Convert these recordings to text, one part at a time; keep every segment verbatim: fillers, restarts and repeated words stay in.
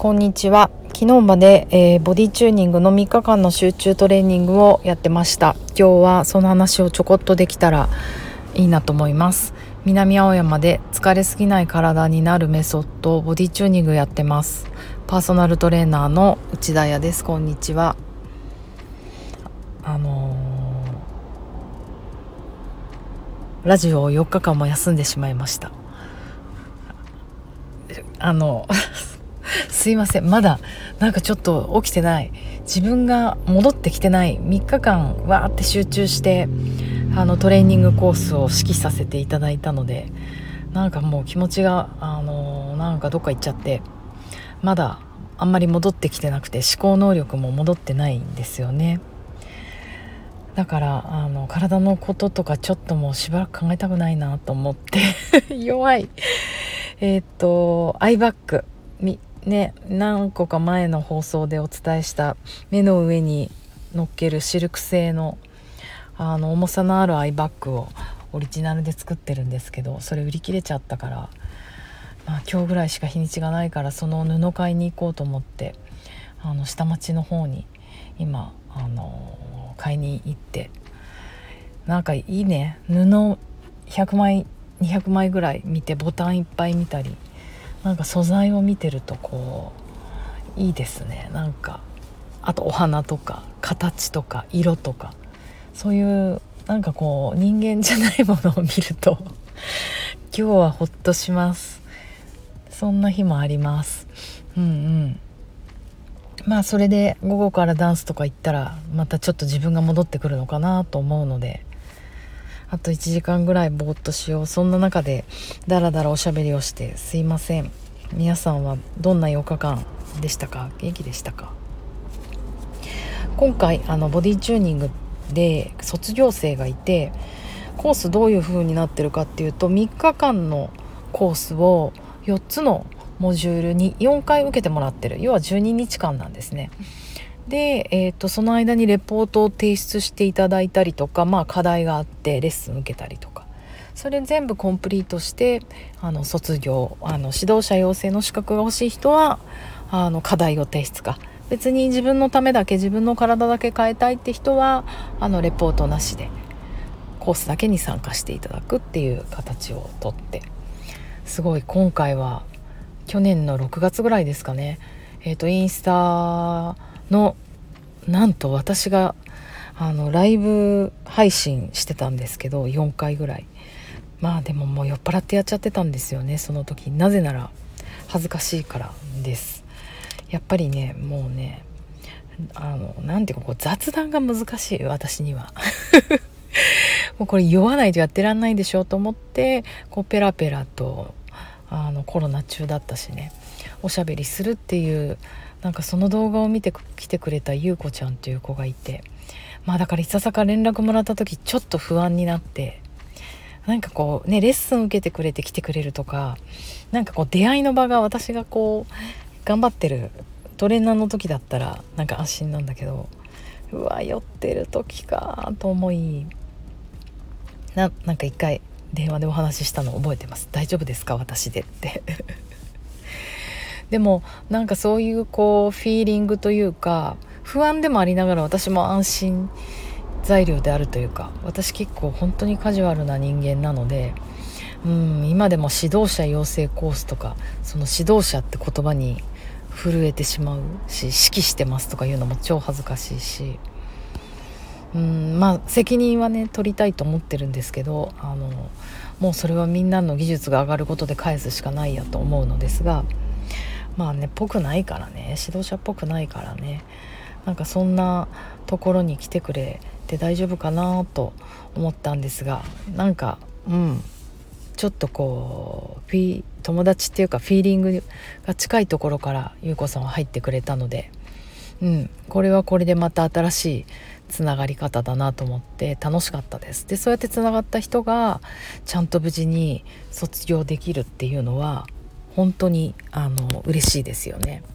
こんにちは。昨日まで、えー、ボディチューニングのみっかかんの集中トレーニングをやってました。今日はその話をちょこっとできたらいいなと思います。南青山で疲れすぎない体になるメソッドボディチューニングやってます。パーソナルトレーナーの内田彩です。こんにちは。あのー、ラジオをよっかかんも休んでしまいました。あのすいません、まだなんかちょっと起きてない、自分が戻ってきてない。みっかかんわーって集中してあのトレーニングコースを指揮させていただいたので、なんかもう気持ちがあのなんかどっか行っちゃって、まだあんまり戻ってきてなくて、思考能力も戻ってないんですよね。だからあの体のこととかちょっともうしばらく考えたくないなと思って弱い。えーっとアイバッグみね、何個か前の放送でお伝えした目の上に乗っけるシルク製のあの重さのあるアイバッグをオリジナルで作ってるんですけど、それ売り切れちゃったから、まあ、今日ぐらいしか日にちがないから、その布買いに行こうと思ってあの下町の方に今あの買いに行って、なんかいいね、布ひゃくまいにひゃくまいぐらい見て、ボタンいっぱい見たり、なんか素材を見てるとこういいですね。なんかあとお花とか形とか色とか、そういうなんかこう人間じゃないものを見ると今日はほっとします。そんな日もあります。うんうん。まあそれで午後からダンスとか行ったらまたちょっと自分が戻ってくるのかなと思うので、あといちじかんぐらいぼーっとしよう。そんな中でだらだらおしゃべりをしてすいません。皆さんはどんなよっかかんでしたか？元気でしたか？今回あのボディチューニングで卒業生がいて、コースどういう風になってるかっていうと、みっかかんのコースをよっつのモジュールによんかい受けてもらってる。要はじゅうににちかんなんですね。で、えー、とその間にレポートを提出していただいたりとか、まあ、課題があってレッスン受けたりとか、それ全部コンプリートしてあの卒業、あの指導者養成の資格が欲しい人はあの課題を提出か、別に自分のためだけ、自分の体だけ変えたいって人はあのレポートなしでコースだけに参加していただくっていう形をとって、すごい今回は去年のろくがつぐらいですかね、えー、とインスタのなんと私があのライブ配信してたんですけど、よんかいぐらい。まあでももう酔っ払ってやっちゃってたんですよね、その時。なぜなら恥ずかしいからです。やっぱりね、もうね、あのなんていうかこう雑談が難しい、私にはもうこれ酔わないとやってらんないでしょと思って、こうペラペラとあのコロナ中だったしね、おしゃべりするっていう、なんかその動画を見てきてくれたゆうこちゃんっていう子がいて、まあだからいささか連絡もらった時ちょっと不安になって、なんかこうね、レッスン受けてくれて来てくれるとか、なんかこう出会いの場が私がこう頑張ってるトレーナーの時だったらなんか安心なんだけど、うわ酔ってる時かと思い、な, なんか一回電話でお話ししたの覚えてます。大丈夫ですか私でってでもなんかそういうこうフィーリングというか、不安でもありながら私も安心材料であるというか、私結構本当にカジュアルな人間なので、うん今でも指導者養成コースとか、その指導者って言葉に震えてしまうし、指揮してますとか言うのも超恥ずかしいし、うんまあ責任はね取りたいと思ってるんですけど、あのもうそれはみんなの技術が上がることで返すしかないやと思うのですが、まあねぽくないからね、指導者っぽくないからね、なんかそんなところに来てくれて大丈夫かなと思ったんですが、なんかうんちょっとこうフィ友達っていうかフィーリングが近いところからゆうこさんは入ってくれたので、うんこれはこれでまた新しいつながり方だなと思って楽しかったです。でそうやってつながった人がちゃんと無事に卒業できるっていうのは本当にあの嬉しいですよね。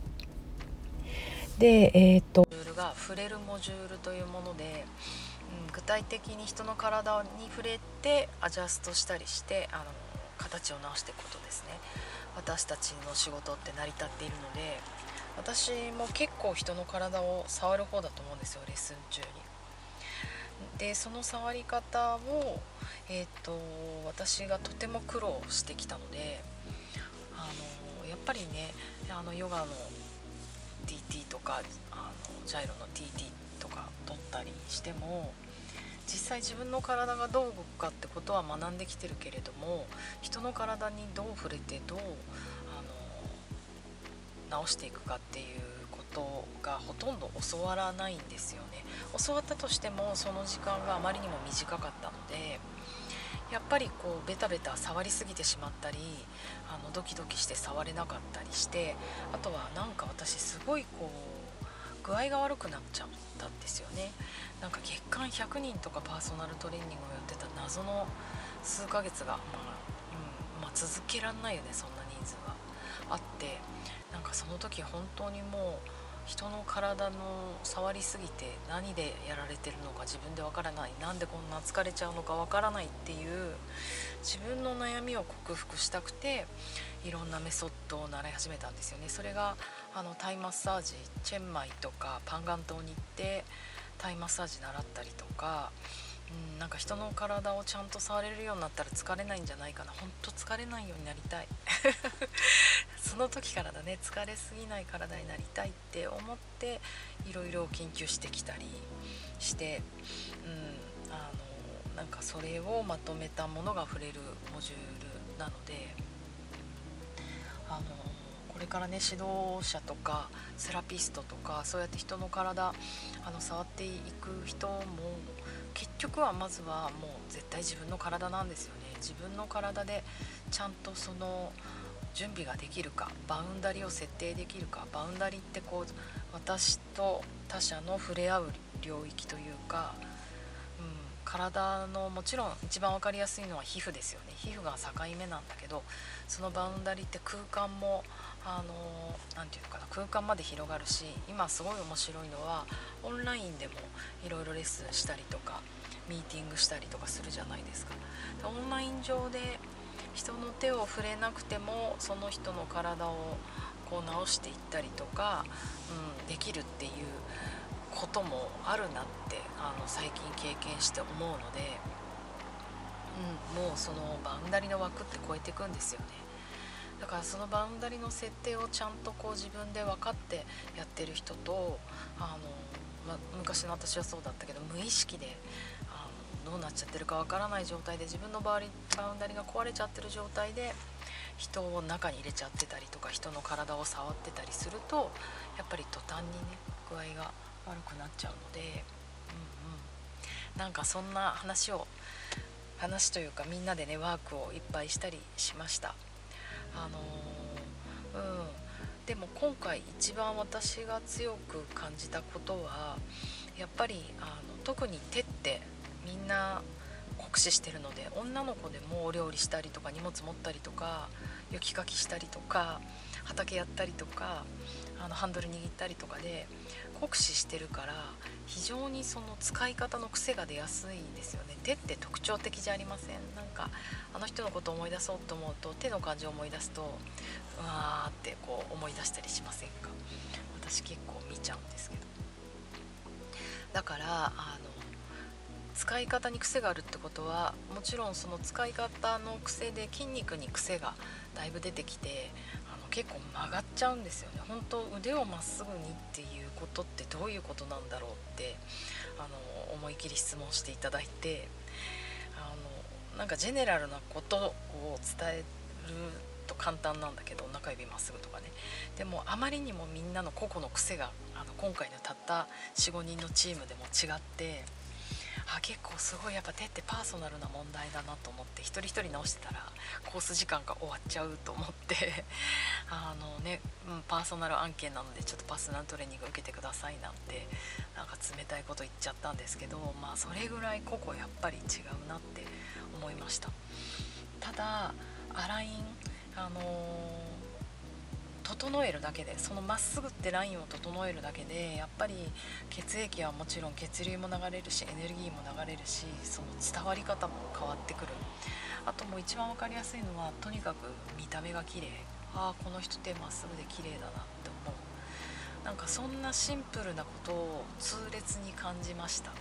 でえー、っとモジュールが触れるモジュールというもので、うん、具体的に人の体に触れてアジャストしたりして、あの形を直していくことですね。私たちの仕事って成り立っているので、私も結構人の体を触る方だと思うんですよ、レッスン中に。でその触り方を、えー、と私がとても苦労してきたので、あのやっぱりね、あのヨガの ティーティー とかあのジャイロの ティーティー とか取ったりしても、実際自分の体がどう動くかってことは学んできてるけれども、人の体にどう触れてどうあの直していくかっていうことがほとんど教わらないんですよね。教わったとしてもその時間があまりにも短かったので、やっぱりこうベタベタ触りすぎてしまったり、あのドキドキして触れなかったりして、あとはなんか私すごいこう具合が悪くなっちゃったんですよね。なんか月間ひゃくにんとかパーソナルトレーニングをやってた謎の数ヶ月が、まあうんまあ、続けらんないよね、そんな人数があって、なんかその時本当にもう人の体の触りすぎて何でやられてるのか自分でわからない、なんでこんな疲れちゃうのかわからないっていう自分の悩みを克服したくて、いろんなメソッドを習い始めたんですよね。それがあのタイマッサージ、チェンマイとかパンガン島に行ってタイマッサージ習ったりとか、うん、なんか人の体をちゃんと触れるようになったら疲れないんじゃないかな。本当疲れないようになりたいその時からだね、疲れすぎない体になりたいって思っていろいろ研究してきたりして、うん、あのなんかそれをまとめたものが触れるモジュールなので、あのこれからね、指導者とかセラピストとかそうやって人の体あの触っていく人も結局はまずはもう絶対自分の体なんですよね。自分の体でちゃんとその準備ができるか、バウンダリを設定できるか。バウンダリってこう私と他者の触れ合う領域というか、うん、体のもちろん一番分かりやすいのは皮膚ですよね。皮膚が境目なんだけど、そのバウンダリって空間もあのなんていうのかな、空間まで広がるし、今すごい面白いのはオンラインでもいろいろレッスンしたりとかミーティングしたりとかするじゃないですか。でオンライン上で人の手を触れなくてもその人の体をこう直していったりとか、うん、できるっていうこともあるなってあの最近経験して思うので、うん、もうそのバウンダリの枠って超えていくんですよね。だからそのバウンダリの設定をちゃんとこう自分で分かってやってる人と、あの、ま、昔の私はそうだったけど無意識であのどうなっちゃってるか分からない状態で自分のバウンダリが壊れちゃってる状態で人を中に入れちゃってたりとか人の体を触ってたりすると、やっぱり途端にね具合が悪くなっちゃうので、うんうん、なんかそんな話を話というかみんなでねワークをいっぱいしたりしました。あのー、うんでも今回一番私が強く感じたことはやっぱりあの特に手ってみんな酷使してるので、女の子でもお料理したりとか荷物持ったりとか雪かきしたりとか畑やったりとかあのハンドル握ったりとかで酷使してるから、非常にその使い方の癖が出やすいんですよね。手って特徴的じゃありません？なんかあの人のことを思い出そうと思うと手の感じを思い出すとうわーってこう思い出したりしませんか？私結構見ちゃうんですけど、だからあの使い方に癖があるってことはもちろんその使い方の癖で筋肉に癖がだいぶ出てきてあの結構曲がっちゃうんですよね。本当腕をまっすぐにっていうことってどういうことなんだろうってあの思い切り質問していただいて、あのなんかジェネラルなことを伝えると簡単なんだけど中指まっすぐとかね、でもあまりにもみんなの個々の癖があの今回のたった よん,ご 人のチームでも違って、あ結構すごいやっぱ手ってパーソナルな問題だなと思って、一人一人直してたらコース時間が終わっちゃうと思ってあのね、うん、パーソナル案件なのでちょっとパーソナルトレーニング受けてくださいなんてなんか冷たいこと言っちゃったんですけど、まあそれぐらい個々やっぱり違うなって思いました。ただアラインあのー、 整えるだけで、そのまっすぐってラインを整えるだけでやっぱり血液はもちろん血流も流れるしエネルギーも流れるし、その伝わり方も変わってくる。あともう一番分かりやすいのはとにかく見た目が綺麗。ああこの人ってまっすぐで綺麗だなって思う。なんかそんなシンプルなことを痛烈に感じました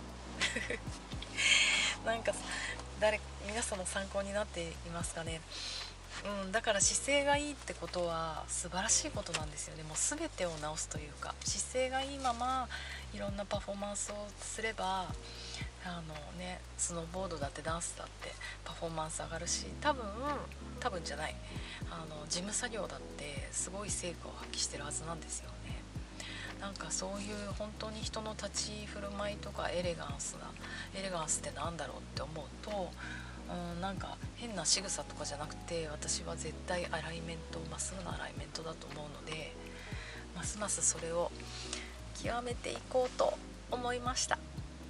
なんか誰皆さんの参考になっていますかね。うん、だから姿勢がいいってことは素晴らしいことなんですよね。もう全てを直すというか、姿勢がいいままいろんなパフォーマンスをすれば、あのね、スノーボードだってダンスだってパフォーマンス上がるし、多分多分じゃないあの事務作業だってすごい成果を発揮してるはずなんですよね。なんかそういう本当に人の立ち振る舞いとかエレガンスなエレガンスってなんだろうって思うと、うん、なんか変な仕草とかじゃなくて、私は絶対アライメント、まっすぐなアライメントだと思うので、ますますそれを極めていこうと思いました。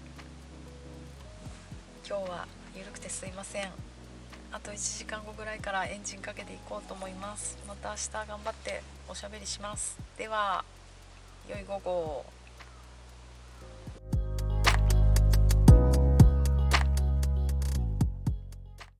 今日はゆるくてすいません。あといちじかんごぐらいからエンジンかけていこうと思います。また明日頑張っておしゃべりします。では良い午後。